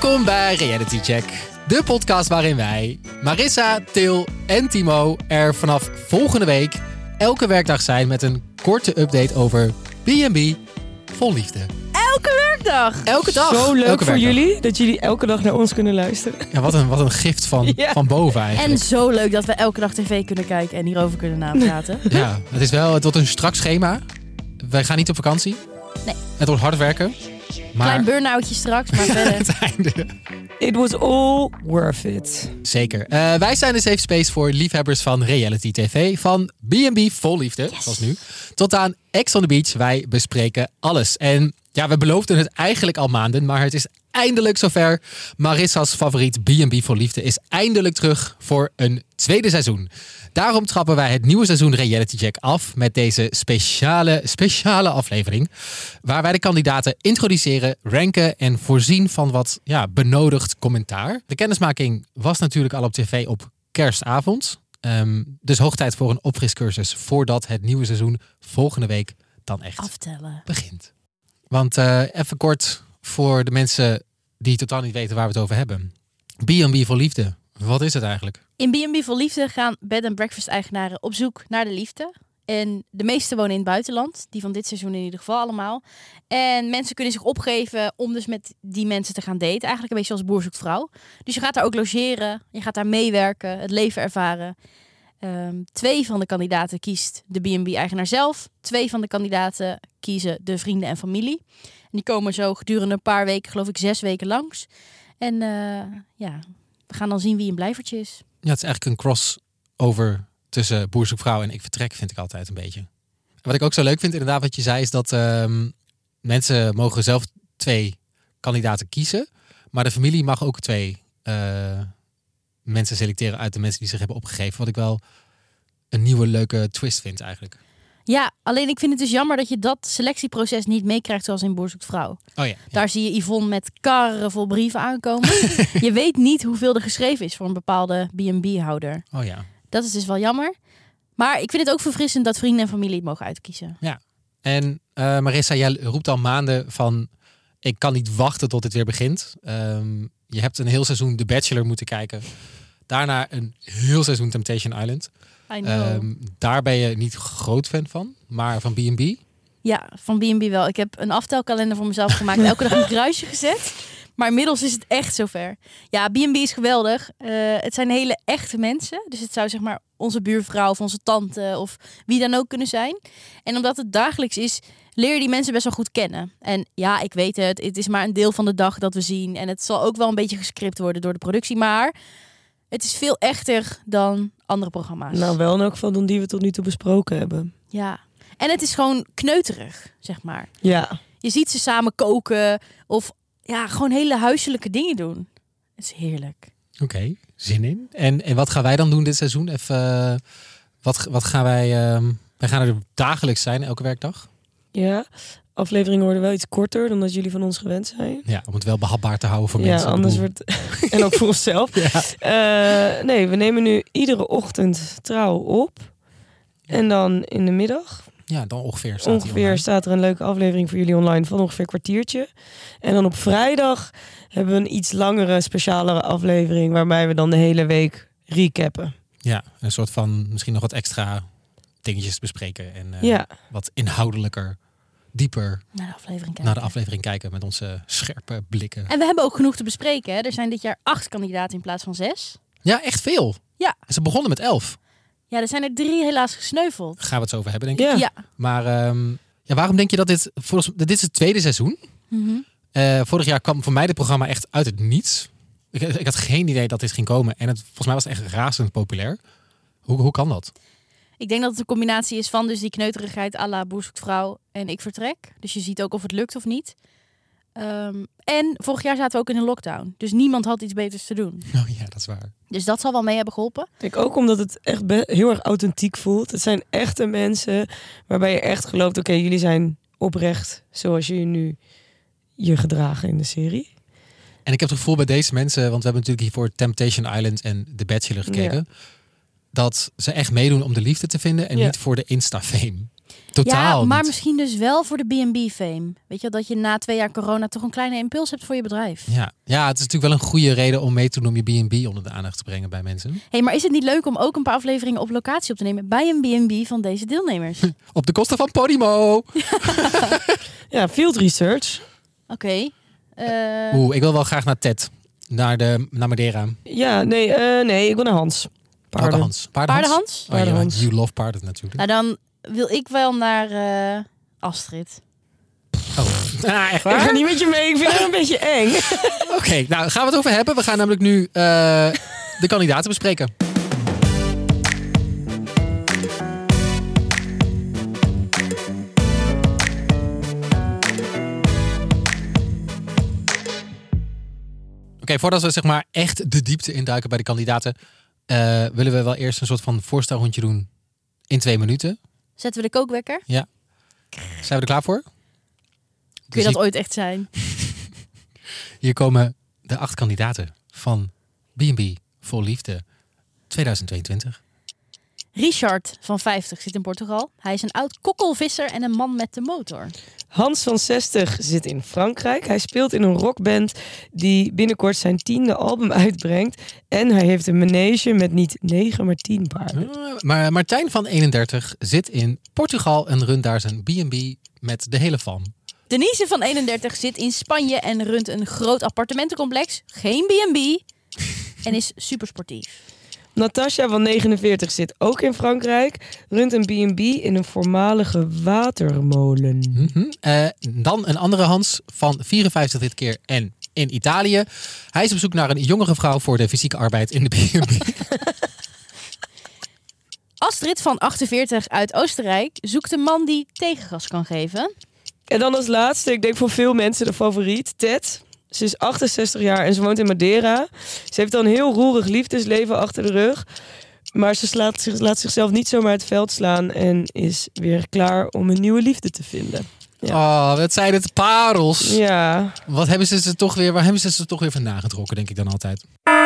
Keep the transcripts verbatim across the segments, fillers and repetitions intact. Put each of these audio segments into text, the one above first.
Welkom bij Reality Check, de podcast waarin wij, Marissa, Til en Timo, er vanaf volgende week elke werkdag zijn met een korte update over B en B vol liefde. Elke werkdag! Elke dag! Zo leuk elke voor werkdag. jullie, dat jullie elke dag naar ons kunnen luisteren. Ja, wat een, wat een gift van, Ja. van boven eigenlijk. En zo leuk dat we elke dag tv kunnen kijken en hierover kunnen napraten. Ja, het is wel, het wordt een strak schema. Wij gaan niet op vakantie. Nee. Het wordt hard werken. Maar Klein burn-outje straks, maar verder. het einde. It was all worth it. Zeker. Uh, wij zijn de safe space voor liefhebbers van reality tv. Van B en B vol liefde, Yes. zoals nu, tot aan Ex on the Beach. Wij bespreken alles. En ja, we beloofden het eigenlijk al maanden, maar het is eindelijk zover. Marissa's favoriet B en B vol liefde is eindelijk terug voor een tweede seizoen. Daarom trappen wij het nieuwe seizoen Reality Check af met deze speciale, speciale aflevering. Waar wij de kandidaten introduceren, ranken en voorzien van wat ja, benodigd commentaar. De kennismaking was natuurlijk al op tv op kerstavond. Um, dus hoog tijd voor een opfriscursus voordat het nieuwe seizoen volgende week dan echt Aftellen. begint. Want uh, even kort voor de mensen die totaal niet weten waar we het over hebben. B en B voor liefde. Wat is het eigenlijk? In B en B vol liefde gaan bed and breakfast eigenaren op zoek naar de liefde. En de meeste wonen in het buitenland. Die van dit seizoen in ieder geval allemaal. En mensen kunnen zich opgeven om dus met die mensen te gaan daten. Eigenlijk een beetje als boer zoekt vrouw. Dus je gaat daar ook logeren. Je gaat daar meewerken. Het leven ervaren. Um, twee van de kandidaten kiest de B en B-eigenaar zelf. Twee van de kandidaten kiezen de vrienden en familie. En die komen zo gedurende een paar weken, geloof ik zes weken langs. En uh, ja, we gaan dan zien wie een blijvertje is. Ja, het is eigenlijk een crossover tussen boer zoekt vrouw en ik vertrek, vind ik altijd een beetje. En wat ik ook zo leuk vind, inderdaad, wat je zei, is dat um, mensen mogen zelf twee kandidaten kiezen. Maar de familie mag ook twee uh, mensen selecteren uit de mensen die zich hebben opgegeven. Wat ik wel een nieuwe leuke twist vind eigenlijk. Ja, alleen ik vind het dus jammer dat je dat selectieproces niet meekrijgt zoals in Boer zoekt vrouw. Oh ja, ja. Daar zie je Yvonne met karren vol brieven aankomen. Je weet niet hoeveel er geschreven is voor een bepaalde B en B-houder. Oh ja. Dat is dus wel jammer. Maar ik vind het ook verfrissend dat vrienden en familie het mogen uitkiezen. Ja. En uh, Marissa, jij roept al maanden van ik kan niet wachten tot het weer begint. Um, je hebt een heel seizoen The Bachelor moeten kijken. Daarna een heel seizoen Temptation Island. I know. Um, daar ben je niet groot fan van, maar van B en B? Ja, van B en B wel. Ik heb een aftelkalender voor mezelf gemaakt. Elke dag een kruisje gezet. Maar inmiddels is het echt zover. Ja, B en B is geweldig. Uh, het zijn hele echte mensen. Dus het zou zeg maar onze buurvrouw of onze tante of wie dan ook kunnen zijn. En omdat het dagelijks is, leer je die mensen best wel goed kennen. En ja, ik weet het. Het is maar een deel van de dag dat we zien. En het zal ook wel een beetje gescript worden door de productie. Maar het is veel echter dan andere programma's. Nou, wel in elk geval dan die we tot nu toe besproken hebben. Ja. En het is gewoon kneuterig, zeg maar. Ja. Je ziet ze samen koken of ja, gewoon hele huiselijke dingen doen. Het is heerlijk. Oké, okay, zin in. En, en wat gaan wij dan doen dit seizoen? Even, uh, wat, wat gaan wij... Uh, wij gaan er dagelijks zijn, elke werkdag. Ja, afleveringen worden wel iets korter dan dat jullie van ons gewend zijn. Ja, om het wel behapbaar te houden voor ja, mensen. Anders wordt en ook voor onszelf. Ja. Uh, nee, we nemen nu iedere ochtend trouw op. En dan in de middag... Ja, dan ongeveer staat Ongeveer staat er een leuke aflevering voor jullie online van ongeveer een kwartiertje. En dan op vrijdag hebben we een iets langere, specialere aflevering waarbij we dan de hele week recappen. Ja, een soort van misschien nog wat extra dingetjes bespreken. En uh, ja. wat inhoudelijker, dieper naar de aflevering kijken. Naar de aflevering kijken met onze scherpe blikken. En we hebben ook genoeg te bespreken. Hè? Er zijn dit jaar acht kandidaten in plaats van zes. Ja, echt veel. Ja. Ze begonnen met elf. Ja, er zijn er drie helaas gesneuveld. Gaan we het zo over hebben, denk ik. Ja. ja. Maar um, ja, waarom denk je dat dit... Volgens, dit is het tweede seizoen. Mm-hmm. Uh, vorig jaar kwam voor mij dit programma echt uit het niets. Ik, ik had geen idee dat dit ging komen. En het, volgens mij was het echt razend populair. Hoe, hoe kan dat? Ik denk dat het een combinatie is van dus die kneuterigheid à la Boer zoekt vrouw en ik vertrek. Dus je ziet ook of het lukt of niet. Um, en vorig jaar zaten we ook in een lockdown. Dus niemand had iets beters te doen. Oh ja, dat is waar. Dus dat zal wel mee hebben geholpen. Ik denk ook omdat het echt be- heel erg authentiek voelt. Het zijn echte mensen waarbij je echt gelooft... oké, okay, jullie zijn oprecht zoals je nu je gedragen in de serie. En ik heb het gevoel bij deze mensen... want we hebben natuurlijk hiervoor Temptation Island en The Bachelor gekeken... Ja. dat ze echt meedoen om de liefde te vinden... en ja. niet voor de Insta-fame. Totaal Ja, maar niet. misschien dus wel voor de B en B-fame. Weet je, dat je na twee jaar corona toch een kleine impuls hebt voor je bedrijf. Ja. ja, het is natuurlijk wel een goede reden om mee te doen om je B en B onder de aandacht te brengen bij mensen. Hey, maar is het niet leuk om ook een paar afleveringen op locatie op te nemen bij een B en B van deze deelnemers? Oké. Op de kosten van Podimo. Ja, field research. Okay. Uh, Oeh, ik wil wel graag naar Ted. Naar, de, naar Madeira. Ja, nee, uh, nee, ik wil naar Hans. Welke Hans? Paardenhans? Paardenhans? Oh, ja, Paardenhans. you love paarden natuurlijk. Nou, dan wil ik wel naar uh, Astrid. Oh. Ah, echt Ik ga waar? niet met je mee, ik vind het een beetje eng. Oké, okay, nou gaan we het over hebben. We gaan namelijk nu uh, de kandidaten bespreken. Oké, okay, voordat we zeg maar echt de diepte induiken bij de kandidaten, uh, willen we wel eerst een soort van voorstelrondje doen in twee minuten. Zetten we de kookwekker? Ja. Zijn we er klaar voor? Kun je dus dat hier, ooit echt zijn? Hier komen de acht kandidaten van B en B Vol Liefde tweeduizend tweeëntwintig. Richard van vijftig zit in Portugal. Hij is een oud kokkelvisser en een man met de motor. Hans van zestig zit in Frankrijk. Hij speelt in een rockband die binnenkort zijn tiende album uitbrengt. En hij heeft een manege met niet negen, maar tien paarden. Uh, maar Martijn van eenendertig zit in Portugal en runt daar zijn B en B met de hele fam. Denise van eenendertig zit in Spanje en runt een groot appartementencomplex. Geen B en B. En is supersportief. Natasja van negenenveertig zit ook in Frankrijk. Runt een B en B in een voormalige watermolen. Mm-hmm. Uh, dan een andere Hans van vierenvijftig dit keer en in Italië. Hij is op zoek naar een jongere vrouw voor de fysieke arbeid in de B en B. Astrid van achtenveertig uit Oostenrijk zoekt een man die tegengas kan geven. En dan als laatste, ik denk voor veel mensen de favoriet, Ted. Ze is achtenzestig jaar en ze woont in Madeira. Ze heeft al een heel roerig liefdesleven achter de rug. Maar ze slaat, zich, laat zichzelf niet zomaar het veld slaan en is weer klaar om een nieuwe liefde te vinden. Ja. Oh, wat zijn het parels. Ja. Wat hebben ze ze toch weer, waar hebben ze ze toch weer vandaan getrokken, denk ik dan altijd.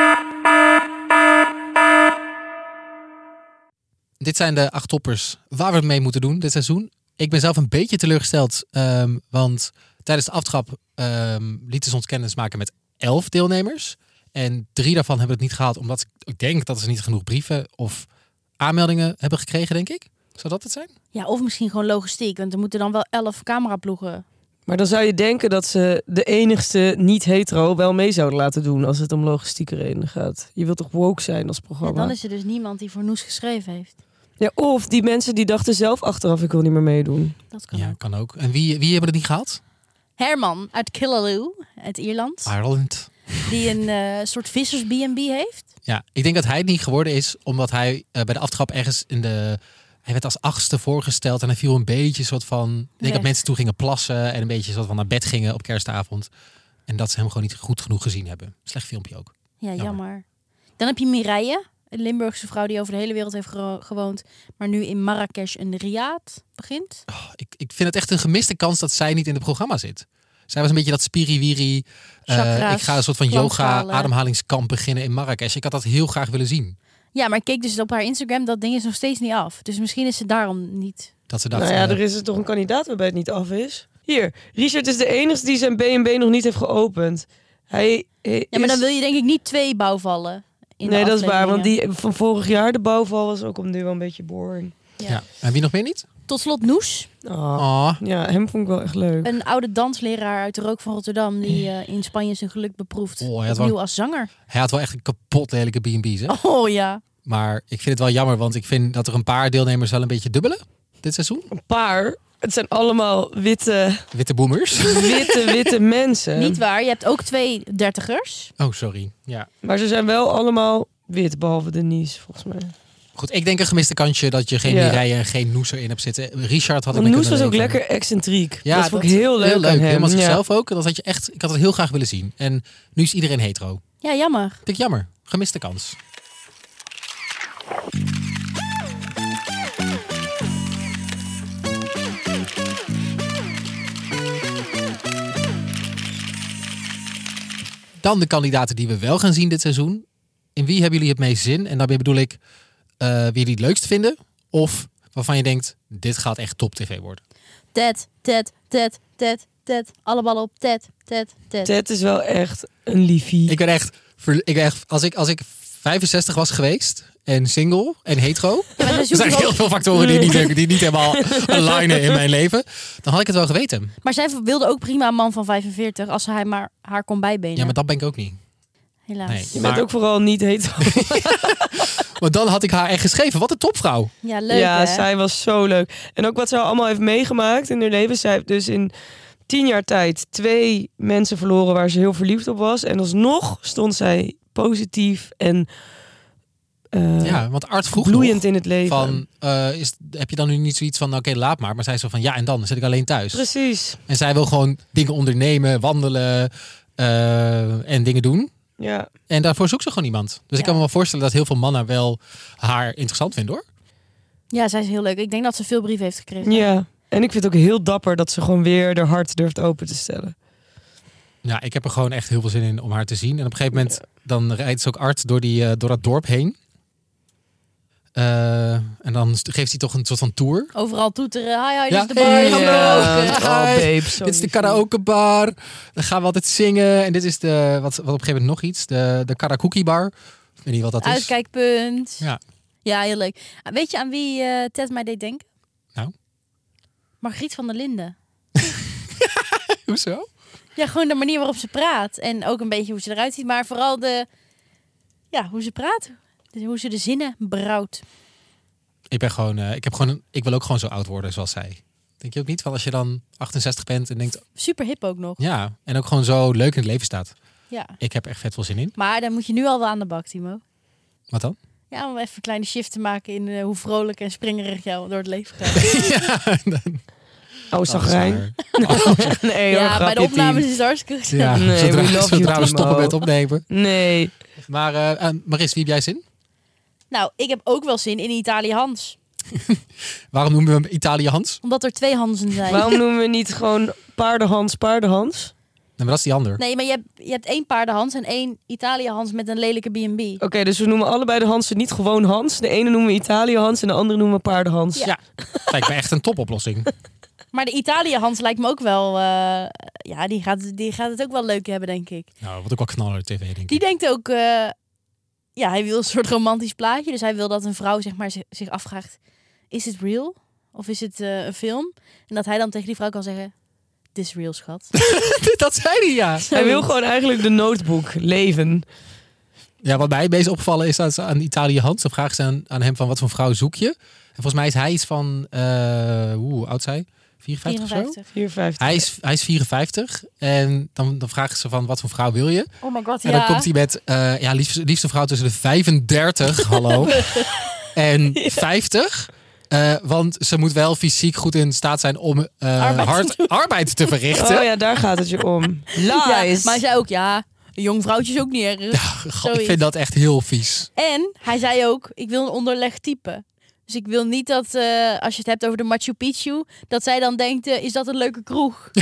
Dit zijn de acht toppers waar we het mee moeten doen dit seizoen. Ik ben zelf een beetje teleurgesteld, um, want tijdens de aftrap um, lieten ze ons kennis maken met elf deelnemers. En drie daarvan hebben het niet gehaald, omdat ik denk dat ze niet genoeg brieven of aanmeldingen hebben gekregen, denk ik. Zou dat het zijn? Ja, of misschien gewoon logistiek, want er moeten dan wel elf cameraploegen. Maar dan zou je denken dat ze de enigste niet-hetero wel mee zouden laten doen als het om logistieke redenen gaat. Je wilt toch woke zijn als programma? Ja, dan is er dus niemand die voor Noes geschreven heeft. Ja, of die mensen die dachten zelf achteraf, ik wil niet meer meedoen. Dat kan ja, ook. kan ook. En wie, wie hebben het niet gehaald? Herman uit Killaloe, uit Ierland. Ireland. Die een uh, soort vissers B en B heeft. Ja, ik denk dat hij het niet geworden is, omdat hij uh, bij de aftrap ergens in de... Hij werd als achtste voorgesteld en hij viel een beetje soort van... Ik denk Weg. dat mensen toe gingen plassen en een beetje soort van naar bed gingen op kerstavond. En dat ze hem gewoon niet goed genoeg gezien hebben. Slecht filmpje ook. Ja, jammer. Jammer. Dan heb je Mireille, een Limburgse vrouw die over de hele wereld heeft ge- gewoond. Maar nu in Marrakesh en Riyadh begint. Oh, ik, ik vind het echt een gemiste kans dat zij niet in het programma zit. Zij was een beetje dat spiriwiri. Uh, Chakra's, ik ga een soort van yoga klankschalen. ademhalingskamp beginnen in Marrakesh. Ik had dat heel graag willen zien. Ja, maar ik keek dus op haar Instagram, dat ding is nog steeds niet af. Dus misschien is ze daarom niet. Dat ze dacht, Nou ja, uh, er is er toch een kandidaat waarbij het niet af is. Hier, Richard is de enige die zijn B en B nog niet heeft geopend. Hij, hij Ja, maar dan is... wil je denk ik niet twee bouwvallen. In Nee, de dat is waar, want afleveringen. die van vorig jaar, de bouwval, was ook om nu wel een beetje boring. Ja. ja. En wie nog meer niet? Tot slot Noes, Oh. Oh, Ja, hem vond ik wel echt leuk. een oude dansleraar uit de Rook van Rotterdam, die uh, in Spanje zijn geluk beproeft. Oh, hij had Opnieuw wel- als zanger. hij had wel echt een kapot lelijke B en B's, hè? Oh ja. Maar ik vind het wel jammer, want ik vind dat er een paar deelnemers wel een beetje dubbelen dit seizoen. Een paar. Het zijn allemaal witte, Witte boomers. witte, witte mensen. Niet waar, je hebt ook twee dertigers. Oh, sorry. Ja. Maar ze zijn wel allemaal wit, behalve Denise, volgens mij. Goed, ik denk een gemiste kansje dat je geen Ja. Mireille en geen Noes erin hebt zitten. Richard had ik Want mee Noes was kunnen ook leven. lekker excentriek. Ja, dat vond ik heel leuk Heel leuk. aan hem. Helemaal Ja. zichzelf ook. Dat had je echt, ik had het heel graag willen zien. En nu is iedereen hetero. Ja, jammer. Vind ik jammer. Gemiste kans. Dan de kandidaten die we wel gaan zien dit seizoen. In wie hebben jullie het meest zin? En daarmee bedoel ik uh, wie jullie het leukst vinden. Of waarvan je denkt, dit gaat echt top tv worden? Ted, Ted, Ted, Ted, Ted. Alle ballen op Ted, Ted, Ted. Ted is wel echt een liefie. Ik ben echt, ver- ik ben echt als, ik, als ik vijfenzestig was geweest en single en hetero, Ja, maar, er zij zijn zoekt heel ook- veel factoren die niet, die niet helemaal alignen in mijn leven, dan had ik het wel geweten. maar zij wilde ook prima een man van vijfenveertig als hij maar haar kon bijbenen. Ja, maar dat ben ik ook niet. Helaas. Nee. Je Maar- bent ook vooral niet heet. Maar dan had ik haar echt geschreven. Wat een topvrouw. Ja, leuk Ja, hè? zij was zo leuk. En ook wat ze allemaal heeft meegemaakt in haar leven. Zij heeft dus in tien jaar tijd twee mensen verloren waar ze heel verliefd op was. En alsnog stond zij positief en uh, Ja, want Art vroeg bloeiend nog in het leven. van, uh, is, heb je dan nu niet zoiets van, oké, okay, laat maar. Maar zij zo van, ja en dan, dan zit ik alleen thuis. Precies. En zij wil gewoon dingen ondernemen, wandelen uh, en dingen doen. Ja. En daarvoor zoekt ze gewoon iemand. Dus Ja. ik kan me wel voorstellen dat heel veel mannen wel haar interessant vinden, hoor. Ja, zij is heel leuk. Ik denk dat ze veel brieven heeft gekregen. Ja. En ik vind het ook heel dapper dat ze gewoon weer haar hart durft open te stellen. Ja, ik heb er gewoon echt heel veel zin in om haar te zien. En op een gegeven moment, dan rijdt ze ook Art door, die, uh, door dat dorp heen. Uh, en dan geeft hij toch een soort van tour. Overal toeteren. Hi, hi, dit Ja. is de bar. Hey, Gaan we ja. roken. Oh, Hi. babe, zo Dit is de lief. karaokebar. Dan gaan we altijd zingen. En dit is de, wat, wat op een gegeven moment nog iets, de, de karaoke bar. Ik weet niet wat dat is. Uitkijkpunt. Ja. Ja, heel leuk. Weet je aan wie uh, Ted mij deed denken? Nou? Margriet van der Linden. Hoezo? Ja, gewoon de manier waarop ze praat. En ook een beetje hoe ze eruit ziet. Maar vooral de... Ja, hoe ze praat. Dus hoe ze de zinnen brouwt. Ik ben gewoon, uh, ik heb gewoon, een, ik wil ook gewoon zo oud worden zoals zij. Denk je ook niet? Van als je dan achtenzestig bent en denkt, Super hip ook nog. ja, en ook gewoon zo leuk in het leven staat. Ja. Ik heb echt vet veel zin in. Maar dan moet je nu al wel aan de bak, Timo. Wat dan? Ja, om even een kleine shift te maken in uh, hoe vrolijk en springerig jou door het leven gaat. ja, dan... Oh, zagrijn. Oh, Nee, hoor, Ja, bij de grapje, opnames team. is het hartstikke goed. ja, Nee, zodra, we love zodra you, we stoppen Timo. met opnemen. Nee. Maar uh, uh, Maris, wie heb jij zin? Nou, ik heb ook wel zin in Italië Hans. Waarom noemen we hem Italië Hans? Omdat er twee Hansen zijn. Waarom noemen we niet gewoon paardenhans, paardenhans? Nee, maar dat is die ander. Nee, maar je hebt, je hebt één paardenhans en één Italië Hans met een lelijke B en B. Oké, okay, dus we noemen allebei de Hansen niet gewoon Hans. De ene noemen we Italië Hans en de andere noemen we paardenhans. Ja. Ja, lijkt me echt een topoplossing. Maar de Italië Hans lijkt me ook wel... Uh, ja, die gaat, die gaat het ook wel leuk hebben, denk ik. Nou, wat ook wel knaller tv, denk ik. Die denkt ook... Uh, ja, hij wil een soort romantisch plaatje. Dus hij wil dat een vrouw zeg maar, zich, zich afvraagt... Is het real? Of is het uh, een film? En dat hij dan tegen die vrouw kan zeggen... Dit is real, schat. Dat zei hij, ja. Hij wil gewoon eigenlijk de notebook leven. Ja, wat mij het meest opgevallen is aan, aan Italië Hans. Dan vragen ze aan, aan hem van wat voor vrouw zoek je? En volgens mij is hij iets van... Uh, hoe oud zei vierenvijftig, vierenvijftig. of zo? vierenvijftig. Hij is, hij is vierenvijftig. En dan, dan vragen ze van wat voor vrouw wil je? Oh my god, En ja. dan komt hij met... Uh, ja, liefste, liefste vrouw tussen de vijfendertig, hallo. En vijftig. Uh, want ze moet wel fysiek goed in staat zijn om uh, Arbeid hard te arbeid te verrichten. Oh ja, daar gaat het je om. Lies. Ja, maar hij zei ook, ja, een jong vrouwtje is ook niet erg. Ja, God, ik vind dat echt heel vies. En hij zei ook, ik wil een onderleg type. Dus ik wil niet dat, uh, als je het hebt over de Machu Picchu, dat zij dan denkt, uh, is dat een leuke kroeg?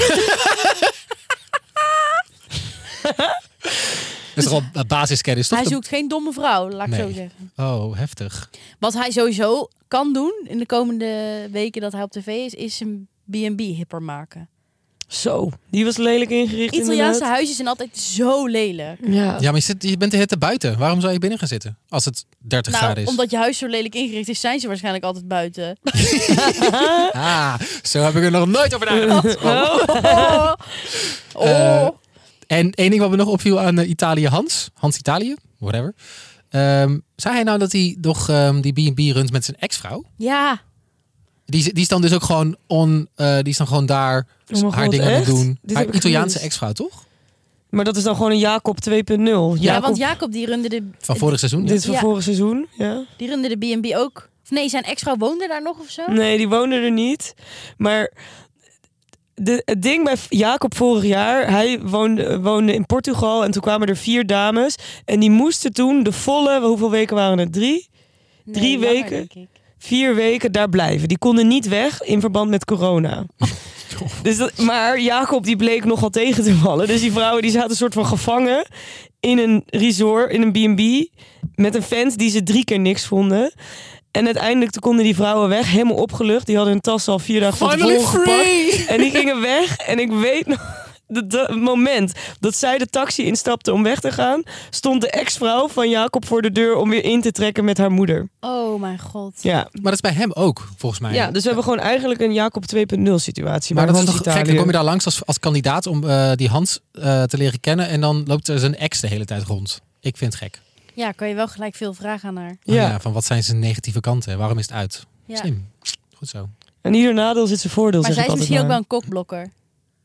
Dat is toch al basiskennis, toch? Hij zoekt geen domme vrouw, laat ik Nee. zo zeggen. Oh, heftig. Wat hij sowieso kan doen in de komende weken dat hij op tv is, is een B en B hipper maken. Zo, die was lelijk ingericht. Italiaanse inderdaad. huisjes zijn altijd zo lelijk. Ja. Ja, maar je, zit, je bent de hitte buiten. Waarom zou je binnen gaan zitten? Als het dertig Nou, graden is. omdat je huis zo lelijk ingericht is, zijn ze waarschijnlijk altijd buiten. Ah, zo heb ik er nog nooit over nagedacht. Oh. Oh. Uh, en één ding wat me nog opviel aan uh, Italië Hans. Hans Italië, whatever. Um, zei hij nou dat hij nog um, die B en B runt met zijn ex-vrouw? Ja. Die, die is dan dus ook gewoon on, uh, die is dan gewoon daar Oh haar God, dingen aan het echt? doen. Dit Haar heb ik Italiaanse gemist. ex-vrouw, toch? Maar dat is dan gewoon een Jacob twee punt nul. Ja, Jacob, want Jacob die runde de, Van vorig seizoen. dit Ja. is van Ja. vorig seizoen. Ja. die runde de B en B ook. Of nee, zijn ex-vrouw woonde daar nog of zo? Nee, die woonde er niet. Maar de, het ding bij Jacob vorig jaar, hij woonde, woonde in Portugal en toen kwamen er vier dames. En die moesten toen de volle, hoeveel weken waren het? Drie? Nee, drie langer, weken? denk ik. Vier weken daar blijven. Die konden niet weg in verband met corona. Dus dat, maar Jacob die bleek nogal tegen te vallen. Dus die vrouwen die zaten een soort van gevangen in een resort, in een B en B. Met een vent die ze drie keer niks vonden. En uiteindelijk toen konden die vrouwen weg, helemaal opgelucht. Die hadden hun tas al vier dagen van Finally tevoren gepakt. free! En die gingen weg. En ik weet nog, het moment dat zij de taxi instapte om weg te gaan, stond de ex-vrouw van Jacob voor de deur om weer in te trekken met haar moeder. Oh mijn god. Ja, Maar dat is bij hem ook, volgens mij. ja dus we hebben gewoon eigenlijk een Jacob twee punt nul situatie. Maar bij dat is Hans toch gek? Italië. Dan kom je daar langs als, als kandidaat om uh, die Hans uh, te leren kennen. En dan loopt er zijn ex de hele tijd rond. Ik vind het gek. Ja, kan je wel gelijk veel vragen aan haar. Ja. Ja. ja, van wat zijn zijn negatieve kanten? Waarom is het uit? Ja. Slim. Goed zo. En ieder nadeel zit zijn voordeel, Maar zeg zij ik is altijd misschien ook wel maar. een kokblokker.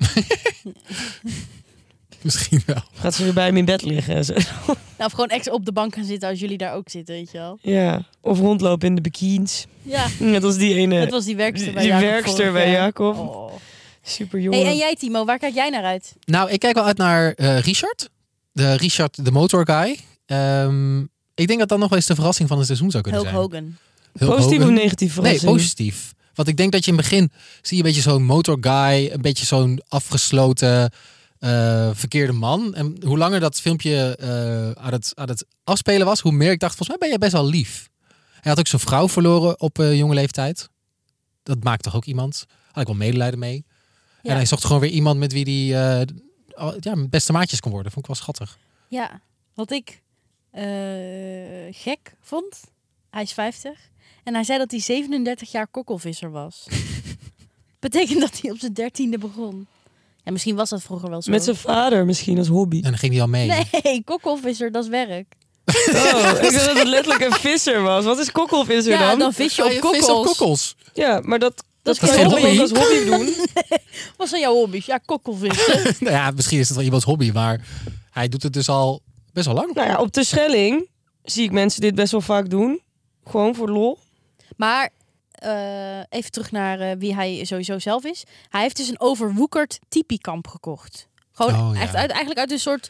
Misschien wel. Gaat ze weer bij hem in bed liggen en zo. Nou, of gewoon ex op de bank gaan zitten als jullie daar ook zitten, weet je wel. Ja, of rondlopen in de bikinis. Ja, Net als die ene, dat was die werkster bij die Jacob. werkster vorig bij jaar. Jacob. Oh. Super jong. Hey, en jij Timo, waar kijk jij naar uit? Nou, ik kijk wel uit naar uh, Richard. De Richard, de motor guy. Um, ik denk dat dat nog wel eens de verrassing van het seizoen zou kunnen Hulk zijn. Hogan. Hulk Positief Hogan. of negatief Nee, verrassing? positief. Want ik denk dat je in het begin zie je een beetje zo'n motor guy, een beetje zo'n afgesloten uh, verkeerde man. En hoe langer dat filmpje uh, aan, het, aan het afspelen was, hoe meer ik dacht, volgens mij ben jij best wel lief. Hij had ook zijn vrouw verloren op uh, jonge leeftijd. Dat maakt toch ook iemand? Had ik wel medelijden mee. Ja. En hij zocht gewoon weer iemand met wie hij uh, ja, beste maatjes kon worden. Vond ik wel schattig. Ja, wat ik uh, gek vond, hij is vijftig. En hij zei dat hij zevenendertig jaar kokkelvisser was. Betekent dat hij op zijn dertiende begon. Ja, misschien was dat vroeger wel zo. Met zijn vader misschien als hobby. En dan ging hij al mee. Nee, kokkelvisser, dat is werk. Oh, ik dacht dat het letterlijk een visser was. Wat is kokkelvisser Ja, dan? dan vis je Ja, op je kokkels. vist op kokkels. Ja, maar dat, Dat dat, is kan geen je toch hobby? ook als hobby doen? Wat zijn jouw hobby's? Ja, kokkelvissen. Nou ja, misschien is het wel iemands hobby, maar hij doet het dus al best wel lang. Nou ja, op de Schelling zie ik mensen dit best wel vaak doen. Gewoon voor lol. Maar uh, even terug naar uh, wie hij sowieso zelf is. Hij heeft dus een overwoekerd tipi-kamp gekocht. Gewoon Oh, ja. echt uit, eigenlijk uit een soort...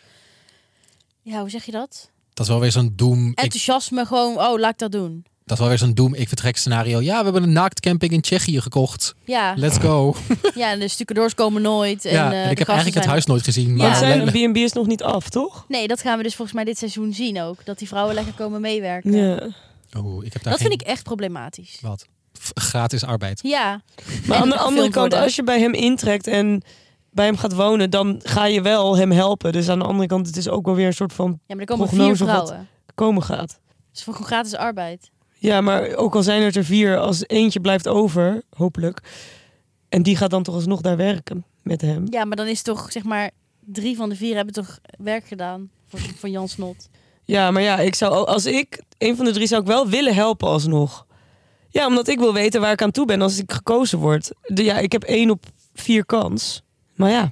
Ja, hoe zeg je dat? Dat is wel weer zo'n doem. Ik, Enthousiasme, gewoon, oh, laat ik dat doen. dat is wel weer zo'n doem. Ik vertrek scenario. Ja, we hebben een naaktcamping in Tsjechië gekocht. Ja, Let's go. ja en de stucadoors komen nooit. En, ja, uh, en ik de heb eigenlijk het gasten huis nooit gezien. Ja. Maar Maar zijn le- een B en B is nog niet af, toch? Nee, dat gaan we dus volgens mij dit seizoen zien ook. Dat die vrouwen lekker komen meewerken. Ja. oh, ik heb daar Dat geen... vind ik echt problematisch. Wat? F- gratis arbeid. Ja. Maar En aan de andere gefilmd kant, worden. als je bij hem intrekt en bij hem gaat wonen, dan ga je wel hem helpen. Dus aan de andere kant, het is ook wel weer een soort van Ja, maar er komen vier prognose wat- vrouwen. komen gaat. Dat is voor gewoon gratis arbeid. Ja, maar ook al zijn het er vier, als eentje blijft over, hopelijk. En die gaat dan toch alsnog daar werken met hem. Ja, maar dan is toch, zeg maar, drie van de vier hebben toch werk gedaan voor, voor Jan Snot. Ja, maar ja, ik zou, als ik een van de drie zou ik wel willen helpen alsnog. Ja, omdat ik wil weten waar ik aan toe ben als ik gekozen word. De, ja, ik heb één op vier kans. Maar ja,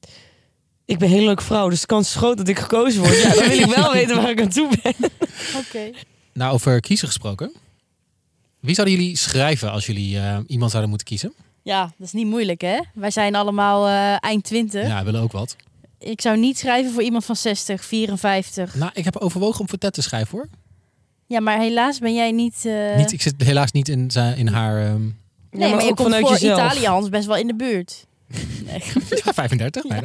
ik ben een hele leuke vrouw, dus de kans is groot dat ik gekozen word. Ja, dan wil ik wel weten waar ik aan toe ben. Oké. Okay. Nou, over kiezen gesproken. Wie zouden jullie schrijven als jullie uh, iemand zouden moeten kiezen? Ja, dat is niet moeilijk, hè? Wij zijn allemaal uh, eind twintig. Ja, willen ook wat. Ik zou niet schrijven voor iemand van zestig, vierenvijftig. Nou, ik heb overwogen om voor Ted te schrijven, hoor. Ja, maar helaas ben jij niet... Uh... niet ik zit helaas niet in, zijn, in haar... Um... Nee, ja, maar, maar je ook komt vanuit voor jezelf. Italië, Hans, best wel in de buurt. Nee, ja, vijfendertig, bijna.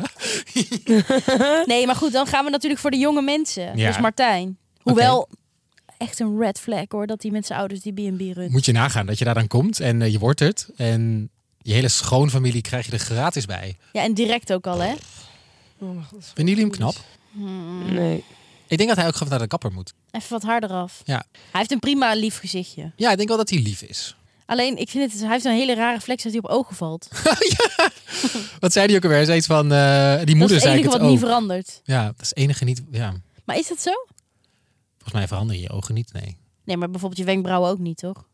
Nee, maar goed, dan gaan we natuurlijk voor de jonge mensen. Ja. Dus Martijn. Hoewel, okay. Echt een red flag, hoor, dat hij met zijn ouders die B en B runt. Moet je nagaan dat je daar dan komt en uh, je wordt het. En je hele schoonfamilie krijg je er gratis bij. Ja, en direct ook al, hè? Oh mijn God. Vinden jullie hem knap? Hmm. Nee. Ik denk dat hij ook gewoon naar de kapper moet. Even wat harder af. Ja. Hij heeft een prima lief gezichtje. Ja, ik denk wel dat hij lief is. Alleen, ik vind het, hij heeft een hele rare flex dat hij op ogen valt. Ja. Wat zei hij ook alweer? Hij zei iets van, uh, die moeder zei dat is het enige het wat ook. niet verandert. Ja, dat is het enige niet. Ja. Maar is dat zo? Volgens mij veranderen je ogen niet, nee. Nee, maar bijvoorbeeld je wenkbrauwen ook niet, toch?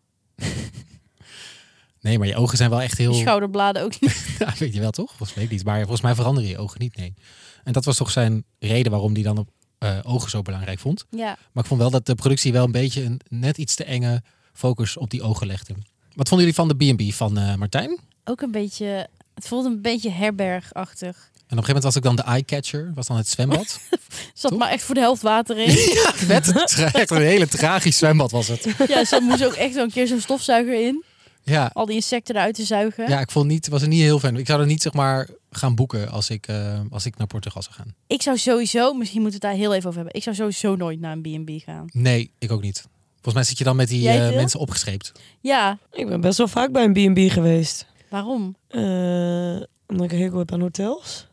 Nee, maar je ogen zijn wel echt heel... Je schouderbladen ook niet. Ja, weet je wel, toch? Volgens mij niet. Maar volgens mij veranderen je ogen niet, nee. En dat was toch zijn reden waarom hij dan op uh, ogen zo belangrijk vond. Ja. Maar ik vond wel dat de productie wel een beetje een net iets te enge focus op die ogen legde. Wat vonden jullie van de B en B van uh, Martijn? Ook een beetje... Het voelde een beetje herbergachtig. En op een gegeven moment was ik dan de eye-catcher. Was dan het zwembad. Zat Toch? maar echt voor de helft water in. Ja, vet. Echt een hele tragisch zwembad was het. Ja, dus dan moest ook echt wel een keer zo'n stofzuiger in. Ja. Al die insecten eruit te zuigen. Ja, ik vond niet, was er niet heel fan. Ik zou er niet zeg maar gaan boeken als ik, uh, als ik naar Portugal zou gaan. Ik zou sowieso, misschien moeten we het daar heel even over hebben. Ik zou sowieso nooit naar een B en B gaan. Nee, ik ook niet. Volgens mij zit je dan met die Jij uh, veel? mensen opgescheept. Ja, Ik ben best wel vaak bij een B en B geweest. waarom? Uh, omdat ik een hekel heb aan hotels.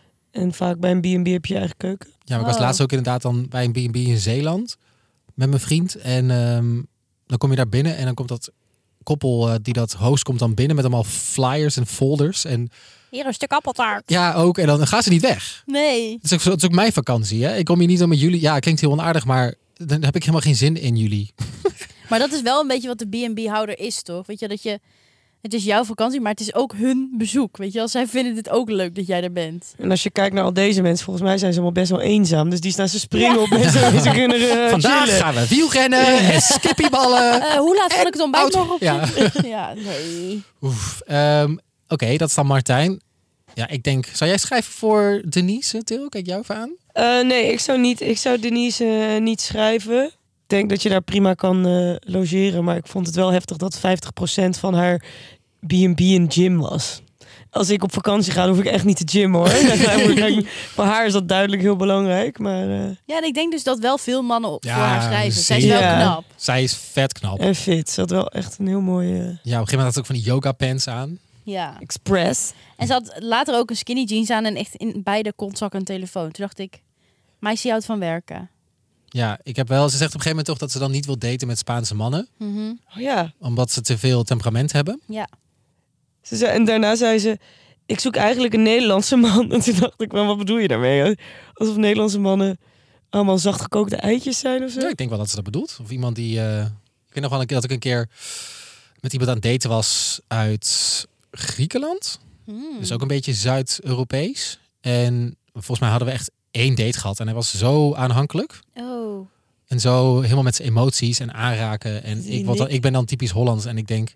En vaak bij een B en B heb je je eigen keuken. Ja, maar ik was Oh. laatst ook inderdaad dan bij een B en B in Zeeland. Met mijn vriend. En um, dan kom je daar binnen en dan komt dat koppel uh, die dat host komt dan binnen met allemaal flyers en folders. En Hier een stuk appeltaart. ja, ook. En dan gaan ze niet weg. Nee. Het is ook, het is ook mijn vakantie. Hè? Ik kom hier niet om met jullie. Ja, het klinkt heel onaardig, maar dan heb ik helemaal geen zin in jullie. Maar dat is wel een beetje wat de B en B-houder is, toch? Weet je, dat je... Het is jouw vakantie, maar het is ook hun bezoek. Weet je wel, zij vinden het ook leuk dat jij er bent. En als je kijkt naar al deze mensen, volgens mij zijn ze allemaal best wel eenzaam. Dus die staan ze springen ja. op mensen die ze kunnen uh, Vandaag chillen. gaan we wielrennen en skippyballen. Uh, hoe laat vond ik het ontbijt nog op? Ja, ja nee. Oef, um, Oké, okay, dat is dan Martijn. Ja, ik denk, zou jij schrijven voor Denise, Til? Kijk jou even aan. Uh, nee, ik zou, niet, ik zou Denise uh, niet schrijven. Ik denk dat je daar prima kan uh, logeren. Maar ik vond het wel heftig dat vijftig procent van haar B en B een gym was. Als ik op vakantie ga, dan hoef ik echt niet te gymmen, hoor. Voor haar is dat duidelijk heel belangrijk. Maar, uh... Ja, en ik denk dus dat wel veel mannen op ja, voor haar schrijven. Zij is wel ja. knap. Zij is vet knap. En fit. Ze had wel echt een heel mooie... Uh... Ja, op een gegeven moment had ze ook van die yoga pants aan. Ja. Express. En ze had later ook een skinny jeans aan en echt in beide kontzak een telefoon. Toen dacht ik, meisje houdt van werken. Ja, ik heb wel. Ze zegt op een gegeven moment toch dat ze dan niet wil daten met Spaanse mannen. Mm-hmm. Oh ja. Omdat ze te veel temperament hebben. Ja. Ze zei, en daarna zei ze, ik zoek eigenlijk een Nederlandse man. En toen dacht ik, wel, wat bedoel je daarmee? Alsof Nederlandse mannen allemaal zachtgekookte eitjes zijn of zo. Ja, ik denk wel dat ze dat bedoelt. Of iemand die... Uh, ik weet nog wel een keer dat ik een keer met iemand aan het daten was uit Griekenland. Mm. Dus ook een beetje Zuid-Europees. En volgens mij hadden we echt één date gehad. En hij was zo aanhankelijk. Oh. En zo helemaal met zijn emoties en aanraken. En ik, wat, ik ben dan typisch Hollands. En ik denk,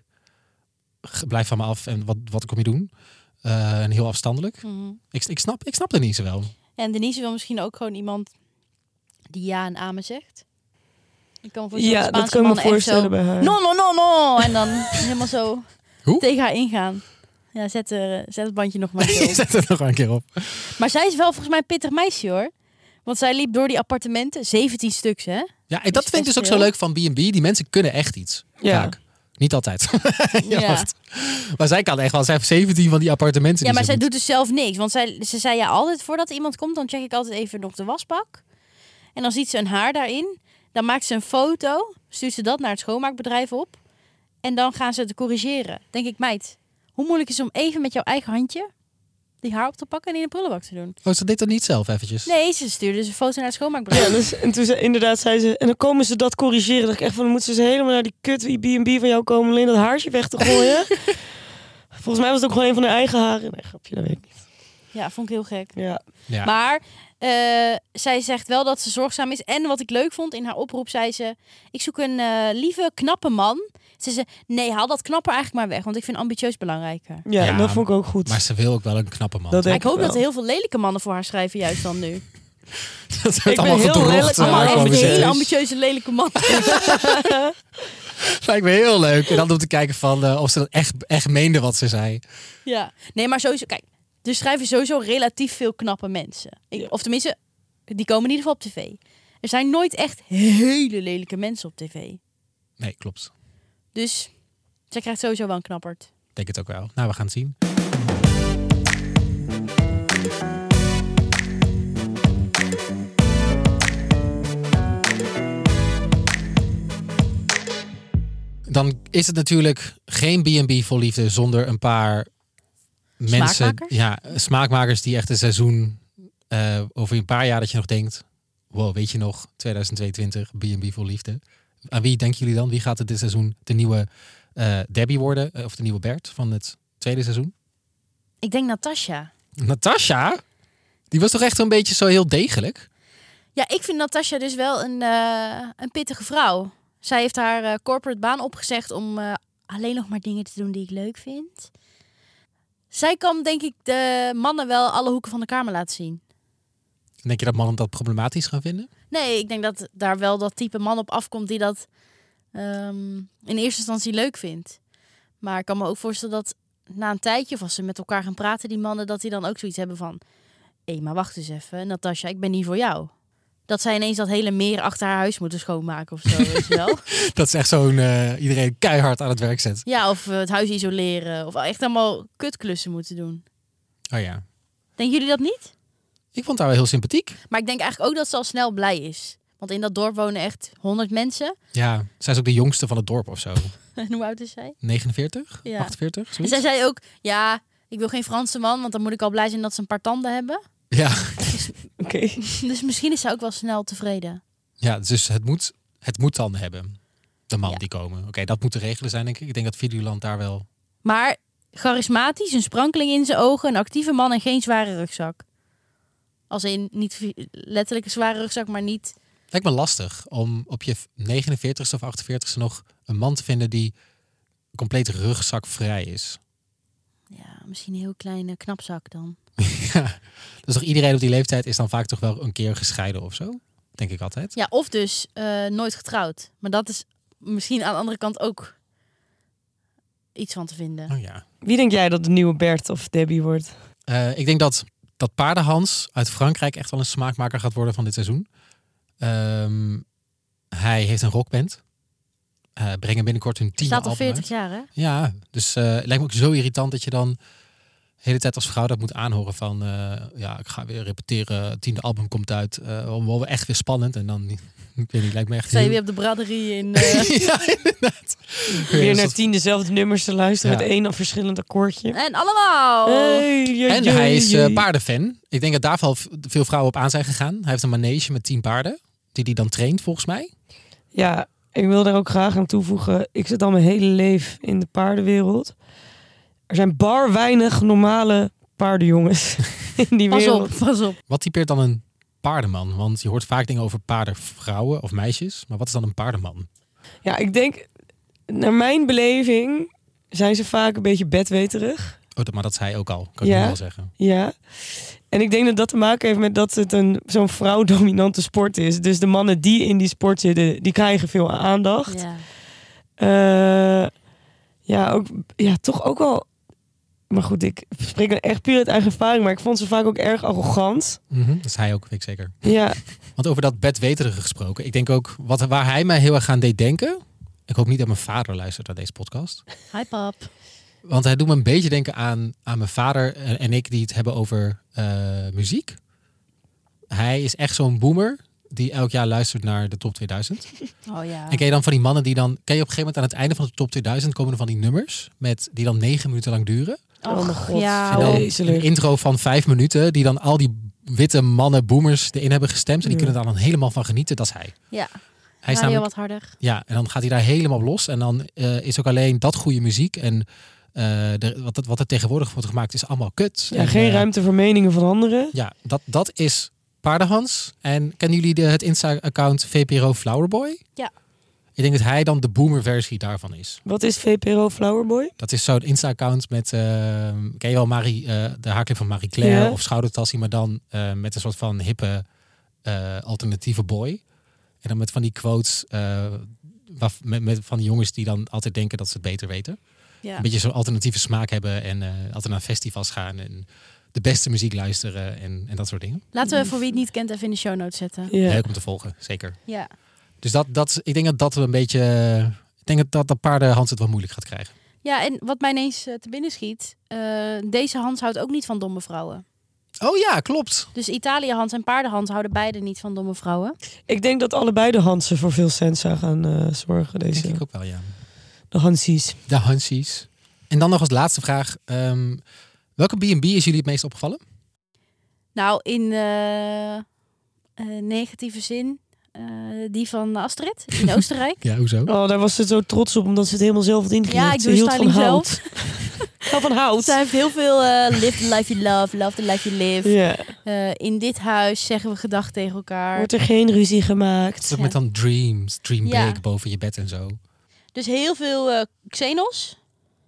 blijf van me af. En wat, wat kom je doen? Uh, en heel afstandelijk. Mm-hmm. Ik, ik, snap, ik snap het niet zo wel. En Denise wil misschien ook gewoon iemand die ja en amen zegt. Ik kan me ja, dat kan ik me voorstellen zo, bij haar. No, no, no, no. En dan helemaal zo Hoe? tegen haar ingaan. Ja, zet, uh, zet het bandje nog maar zo. Zet het nog een keer op. Maar zij is wel volgens mij een pittig meisje, hoor. Want zij liep door die appartementen. zeventien stuks, hè? Ja, en dat vind ik dus ook veel. Zo leuk van B en B. Die mensen kunnen echt iets. Ja. Vaak. Niet altijd. ja, ja. Maar zij kan echt wel. Zij heeft zeventien van die appartementen. Ja, maar zij doet. doet dus zelf niks. Want zij, ze zei ja altijd, voordat iemand komt, dan check ik altijd even nog de wasbak. En dan ziet ze een haar daarin. Dan maakt ze een foto. Stuurt ze dat naar het schoonmaakbedrijf op. En dan gaan ze het corrigeren. Denk ik, meid, hoe moeilijk is het om even met jouw eigen handje die haar op te pakken en in de prullenbak te doen? Oh, ze deed dat niet zelf eventjes? Nee, ze stuurde dus een foto naar het schoonmaakbedrijf. Ja, dus, en toen ze inderdaad zei ze, en dan komen ze dat corrigeren. Dan dacht ik echt van, dan moeten ze helemaal naar die kut die B en B van jou komen, alleen dat haarsje weg te gooien. Volgens mij was het ook gewoon een van haar eigen haren. Nee, grapje, dat weet ik niet. Ja, vond ik heel gek. Ja. Ja. Maar uh, zij zegt wel dat ze zorgzaam is. En wat ik leuk vond, in haar oproep zei ze, ik zoek een uh, lieve, knappe man. Ze zei, nee, haal dat knapper eigenlijk maar weg. Want ik vind ambitieus belangrijker. Ja, Ja, dat vond ik ook goed. Maar ze wil ook wel een knappe man. Dat Maar ik hoop wel. dat er heel veel lelijke mannen voor haar schrijven juist dan nu. dat Ik wordt allemaal ben heel gedroogd. lelijk, uh, Allemaal echt ambitieus. hele ambitieuze lelijke mannen. Lijkt me heel leuk. En dan om te kijken van uh, of ze dat echt, echt meende wat ze zei. Ja, nee, maar sowieso, kijk, er schrijven sowieso relatief veel knappe mensen. Ik, Ja. Of tenminste, die komen in ieder geval op tv. Er zijn nooit echt hele lelijke mensen op tv. Nee, klopt. Dus zij krijgt sowieso wel een knapperd. Ik denk het ook wel. Nou, we gaan het zien. Dan is het natuurlijk geen B en B vol liefde zonder een paar mensen, Smaakmakers? ja, smaakmakers die echt een seizoen uh, over een paar jaar dat je nog denkt, wow, weet je nog, tweeduizend tweeëntwintig, B en B vol liefde. Aan wie denken jullie dan? Wie gaat het dit seizoen de nieuwe uh, Debbie worden? Uh, of de nieuwe Bert van het tweede seizoen? Ik denk Natasha. Natasha? Die was toch echt een beetje zo heel degelijk? Ja, ik vind Natasha dus wel een, uh, een pittige vrouw. Zij heeft haar uh, corporate baan opgezegd om uh, alleen nog maar dingen te doen die ik leuk vind. Zij kan, denk ik, de mannen wel alle hoeken van de kamer laten zien. Denk je dat mannen dat problematisch gaan vinden? Nee, ik denk dat daar wel dat type man op afkomt die dat um, in eerste instantie leuk vindt. Maar ik kan me ook voorstellen dat na een tijdje, of als ze met elkaar gaan praten, die mannen, dat die dan ook zoiets hebben van, hé, maar wacht eens even, Natasha, ik ben hier voor jou. dat zij ineens dat hele meer achter haar huis moeten schoonmaken of zo, weet je wel? Dat is echt zo'n uh, iedereen keihard aan het werk zet. Ja, of uh, het huis isoleren. Of echt allemaal kutklussen moeten doen. Oh ja. Denken jullie dat niet? Ik vond haar wel heel sympathiek. Maar ik denk eigenlijk ook dat ze al snel blij is. Want in dat dorp wonen echt honderd mensen. Ja, zij is ook de jongste van het dorp of zo. En hoe oud is zij? negenenveertig? Ja. achtenveertig? En Zoiets? zij zei ook, ja, ik wil geen Franse man, want dan moet ik al blij zijn dat ze een paar tanden hebben. Ja. Oké. Okay. Dus misschien is zij ook wel snel tevreden. Ja, dus het moet, het moet dan hebben. De man Ja. die komen. Oké, okay, dat moet de regelen zijn, denk ik. Ik denk dat Videoland daar wel... Maar charismatisch, een sprankeling in zijn ogen, een actieve man en geen zware rugzak. Als in, niet letterlijk een zware rugzak, maar niet... Lijkt me lastig om op je negenenveertigste of achtenveertigste nog een man te vinden die compleet rugzakvrij is. Ja, misschien een heel kleine knapzak dan. Ja, dus toch iedereen op die leeftijd is dan vaak toch wel een keer gescheiden of zo? Denk ik altijd. Ja, of dus uh, nooit getrouwd. Maar dat is misschien aan de andere kant ook iets van te vinden. Oh ja. Wie denk jij dat de nieuwe Bert of Debbie wordt? Uh, ik denk dat, dat Paardenhans uit Frankrijk echt wel een smaakmaker gaat worden van dit seizoen. Um, hij heeft een rockband. Uh, brengen binnenkort hun tiende album uit. Staat al veertig jaar, hè? Ja, dus uh, het lijkt me ook zo irritant dat je dan de hele tijd als vrouw dat moet aanhoren van... Uh, ja, ik ga weer repeteren, het tiende album komt uit. Uh, wel echt weer spannend. En dan, ik weet niet, lijkt me echt Sta je heel... weer op de braderie in... Uh... ja, inderdaad. Weer naar tien dezelfde nummers te luisteren Ja. met één of verschillend akkoordje. En allemaal! Hey, jee, En jee, hij is uh, jee. paardenfan. Ik denk dat daar veel, veel vrouwen op aan zijn gegaan. Hij heeft een manege met tien paarden. Die hij dan traint, volgens mij. Ja, ik wil daar ook graag aan toevoegen. Ik zit al mijn hele leven in de paardenwereld. Er zijn bar weinig normale paardenjongens in die Pas wereld. op, pas op. Wat typeert dan een paardenman? Want je hoort vaak dingen over paardenvrouwen of meisjes. Maar wat is dan een paardenman? Ja, ik denk, naar mijn beleving zijn ze vaak een beetje bedweterig. Oh, dat, maar dat zei hij ook al. Kan ik Ja. nu wel zeggen. Ja. En ik denk dat dat te maken heeft met dat het een zo'n vrouwdominante sport is. Dus de mannen die in die sport zitten, die krijgen veel aandacht. Ja. Uh, ja, ook, ja, toch ook wel... Maar goed, ik spreek dan echt puur uit eigen ervaring. Maar ik vond ze vaak ook erg arrogant. Mm-hmm. Dat is hij ook, weet ik zeker. Ja. Want over dat bedweterige gesproken. Ik denk ook, wat, waar hij mij heel erg aan deed denken. Ik hoop niet dat mijn vader luistert naar deze podcast. Hi pap. Want hij doet me een beetje denken aan, aan mijn vader en ik die het hebben over uh, muziek. Hij is echt zo'n boomer die elk jaar luistert naar de top tweeduizend. Oh ja. En ken je dan van die mannen die dan... Ken je op een gegeven moment aan het einde van de top tweeduizend komen er van die nummers met die dan negen minuten lang duren. Oh mijn god. Ja, En dan Vreselijk. een intro van vijf minuten die dan al die witte mannen boomers erin hebben gestemd. En die Ja. kunnen daar dan helemaal van genieten. Dat is hij. Ja. Hij is Radio namelijk, wat harder. ja, en dan gaat hij daar helemaal op los. En dan uh, is ook alleen dat goede muziek. En uh, de, wat, het, wat er tegenwoordig wordt gemaakt is allemaal kut. Ja, en, geen uh, ruimte voor meningen van anderen. Ja, dat, dat is Paardenhans. En kennen jullie de, het Insta-account V P R O Flowerboy? Ja. Ik denk dat hij dan de boomer-versie daarvan is. Wat is V P R O Flowerboy? Dat is zo'n Insta-account met, uh, ken je wel Marie, uh, de haarclip van Marie Claire Ja. of Schoudertassie, maar dan uh, met een soort van hippe uh, alternatieve boy. En dan met van die quotes uh, waf, met, met van die jongens die dan altijd denken dat ze het beter weten. Ja. Een beetje zo'n alternatieve smaak hebben en uh, altijd naar festivals gaan en de beste muziek luisteren en, en dat soort dingen. Laten we voor wie het niet kent even in de show notes zetten. Ja. Leuk om te volgen, zeker. Ja. Dus dat, dat, ik denk dat dat een beetje, ik denk dat dat, dat Paardenhans het wel moeilijk gaat krijgen. Ja, en wat mij ineens uh, te binnen schiet. Uh, deze Hans houdt ook niet van domme vrouwen. Oh ja, klopt. Dus Italië Hans en Paardenhans houden beide niet van domme vrouwen. Ik denk dat allebei de Hansen voor veel sensa gaan uh, zorgen. Deze. Denk ik ook wel, ja. De Hansies. De Hansies. En dan nog als laatste vraag. Um, welke B en B is jullie het meest opgevallen? Nou, in uh, uh, negatieve zin. Uh, die van Astrid in Oostenrijk. Ja, hoezo? Oh, daar was ze zo trots op, omdat ze het helemaal zelf had ingericht. Ja, ik ze doe hield van styling hout. zelf. Ja, van hout. Zij heeft heel veel uh, live the life you love, love the life you live. Ja. Uh, in dit huis zeggen we gedag tegen elkaar. Wordt er geen ruzie gemaakt. Ook met dan dreams, dream Ja. big boven je bed en zo. Dus heel veel uh, Xenos.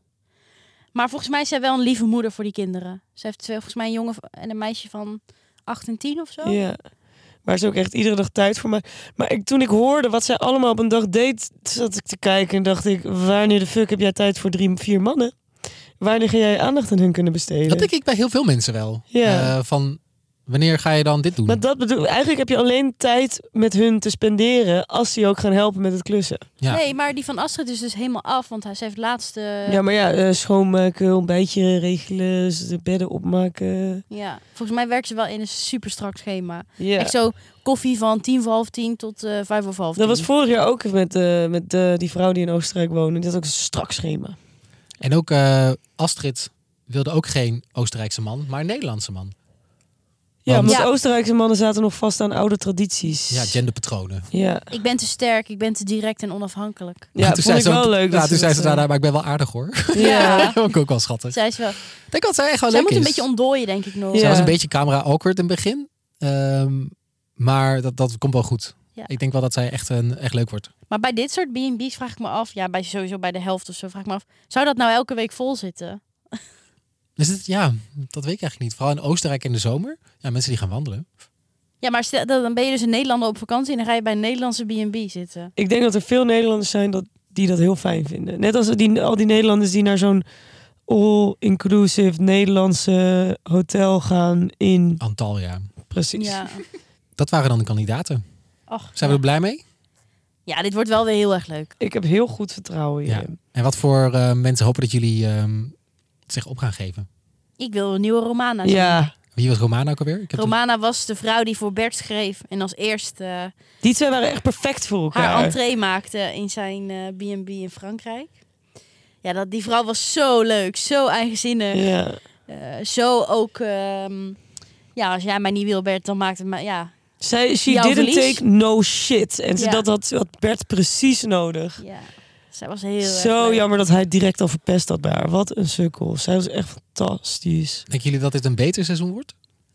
Maar volgens mij is zij wel een lieve moeder voor die kinderen. Ze heeft twee, volgens mij een jongen en een meisje van acht en tien of zo. Ja. Waar ze ook echt iedere dag tijd voor maakt. Maar ik, toen ik hoorde wat zij allemaal op een dag deed, zat ik te kijken en dacht ik, wanneer de fuck heb jij tijd voor drie, vier mannen? Wanneer ga jij aandacht aan hun kunnen besteden? Dat denk ik bij heel veel mensen wel. Ja. Uh, van, Wanneer ga je dan dit doen? Maar dat bedoel, eigenlijk heb je alleen tijd met hun te spenderen als ze je ook gaan helpen met het klussen. Ja. Nee, maar die van Astrid is dus helemaal af, want hij ze heeft laatste... Ja, maar ja, uh, schoonmaken, ontbijtje regelen, de bedden opmaken. Ja, volgens mij werkt ze wel in een super strak schema. Ja. Echt zo koffie van tien voor half tien tot uh, vijf over half tien. Dat was vorig jaar ook met, uh, met uh, die vrouw die in Oostenrijk woonde. Die had ook een strak schema. En ook uh, Astrid wilde ook geen Oostenrijkse man, maar een Nederlandse man. Ja, Want, omdat ja. Oostenrijkse mannen zaten nog vast aan oude tradities. Ja, genderpatronen. Ja, Ik ben te sterk, ik ben te direct en onafhankelijk. ja toen vond ik ze wel ook, leuk. Ja, dat toen ze zei dat ze zei. daarna, maar ik ben wel aardig hoor. Ja. Dat vond ik ook wel schattig. Zij is wel... Ik denk dat zij echt wel Zij leuk moet is. een beetje ontdooien, denk ik nog. Ja. Zij was een beetje camera awkward in het begin. Um, maar dat, dat komt wel goed. Ja. Ik denk wel dat zij echt, een, echt leuk wordt. Maar bij dit soort B en B's vraag ik me af... Ja, bij, sowieso bij de helft of zo vraag ik me af... Zou dat nou elke week vol zitten? Dus het, ja, dat weet ik eigenlijk niet. Vooral in Oostenrijk in de zomer. Ja, mensen die gaan wandelen. Ja, maar stel, dan ben je dus een Nederlander op vakantie... en dan ga je bij een Nederlandse B en B zitten. Ik denk dat er veel Nederlanders zijn dat, die dat heel fijn vinden. Net als die, al die Nederlanders die naar zo'n all-inclusive Nederlandse hotel gaan in... Antalya. Precies. Ja. Dat waren dan de kandidaten. Och, Zijn we er blij mee? ja, dit wordt wel weer heel erg leuk. Ik heb heel goed vertrouwen in Ja. hem. En wat voor uh, mensen hopen dat jullie um, zich op gaan geven? Ik wil een nieuwe Romana zien. Ja, Wie was Romana ook alweer? Ik heb Romana was de vrouw die voor Bert schreef... en als eerste die twee waren echt perfect voor elkaar. haar entree maakte in zijn uh, B en B in Frankrijk. Ja, dat, die vrouw was zo leuk, zo eigenzinnig. Ja. Uh, zo ook... Um, ja, als jij mij niet wil, Bert, dan maakt het mij... Ja, Zij, she Jouw didn't verlies. take no shit. En ze Ja. dat had, had Bert precies nodig. ja. Zij was heel erg Zo leuk. jammer dat hij het direct al verpest had bij haar. Wat een sukkel. Zij was echt fantastisch. Denken jullie dat dit een beter seizoen wordt?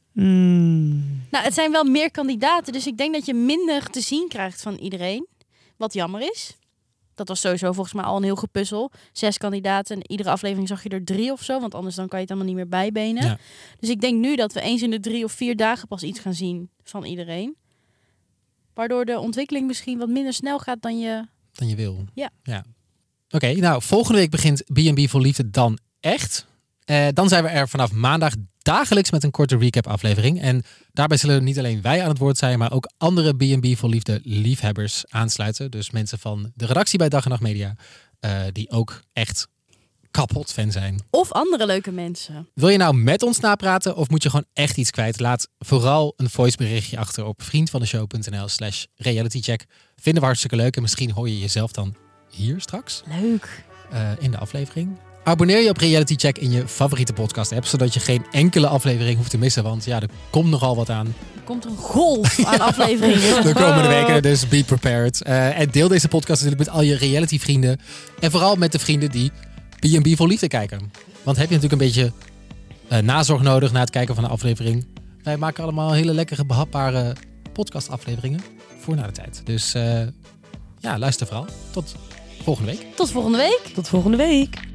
Mm. Nou, het zijn wel meer kandidaten, dus ik denk dat je minder te zien krijgt van iedereen. Wat jammer is. Dat was sowieso volgens mij al een heel gepuzzel. Zes kandidaten en iedere aflevering zag je er drie of zo, want anders dan kan je het allemaal niet meer bijbenen. Ja. Dus ik denk nu dat we eens in de drie of vier dagen pas iets gaan zien van iedereen. Waardoor de ontwikkeling misschien wat minder snel gaat dan je... Dan je wil. Ja. ja. Oké, okay, nou, volgende week begint B en B voor Liefde dan echt. Uh, dan zijn we er vanaf maandag dagelijks met een korte recap aflevering. En daarbij zullen niet alleen wij aan het woord zijn, maar ook andere B en B voor Liefde liefhebbers aansluiten. Dus mensen van de redactie bij Dag en Nacht Media, uh, die ook echt kapot fan zijn. Of andere leuke mensen. Wil je nou met ons napraten of moet je gewoon echt iets kwijt? Laat vooral een voiceberichtje achter op vriendvandeshow.nl slash realitycheck. Vinden we hartstikke leuk en misschien hoor je jezelf dan hier straks. Leuk. Uh, in de aflevering. Abonneer je op Reality Check in je favoriete podcast app, zodat je geen enkele aflevering hoeft te missen. Want ja, er komt nogal wat aan. Er komt een golf aan afleveringen. De komende weken, dus be prepared. Uh, en deel deze podcast natuurlijk met al je reality vrienden. En vooral met de vrienden die B en B voor Liefde kijken. Want heb je natuurlijk een beetje uh, nazorg nodig na het kijken van de aflevering. Wij maken allemaal hele lekkere, behapbare podcast afleveringen voor na de tijd. Dus uh, ja, luister vooral. Tot volgende week. Tot volgende week. Tot volgende week.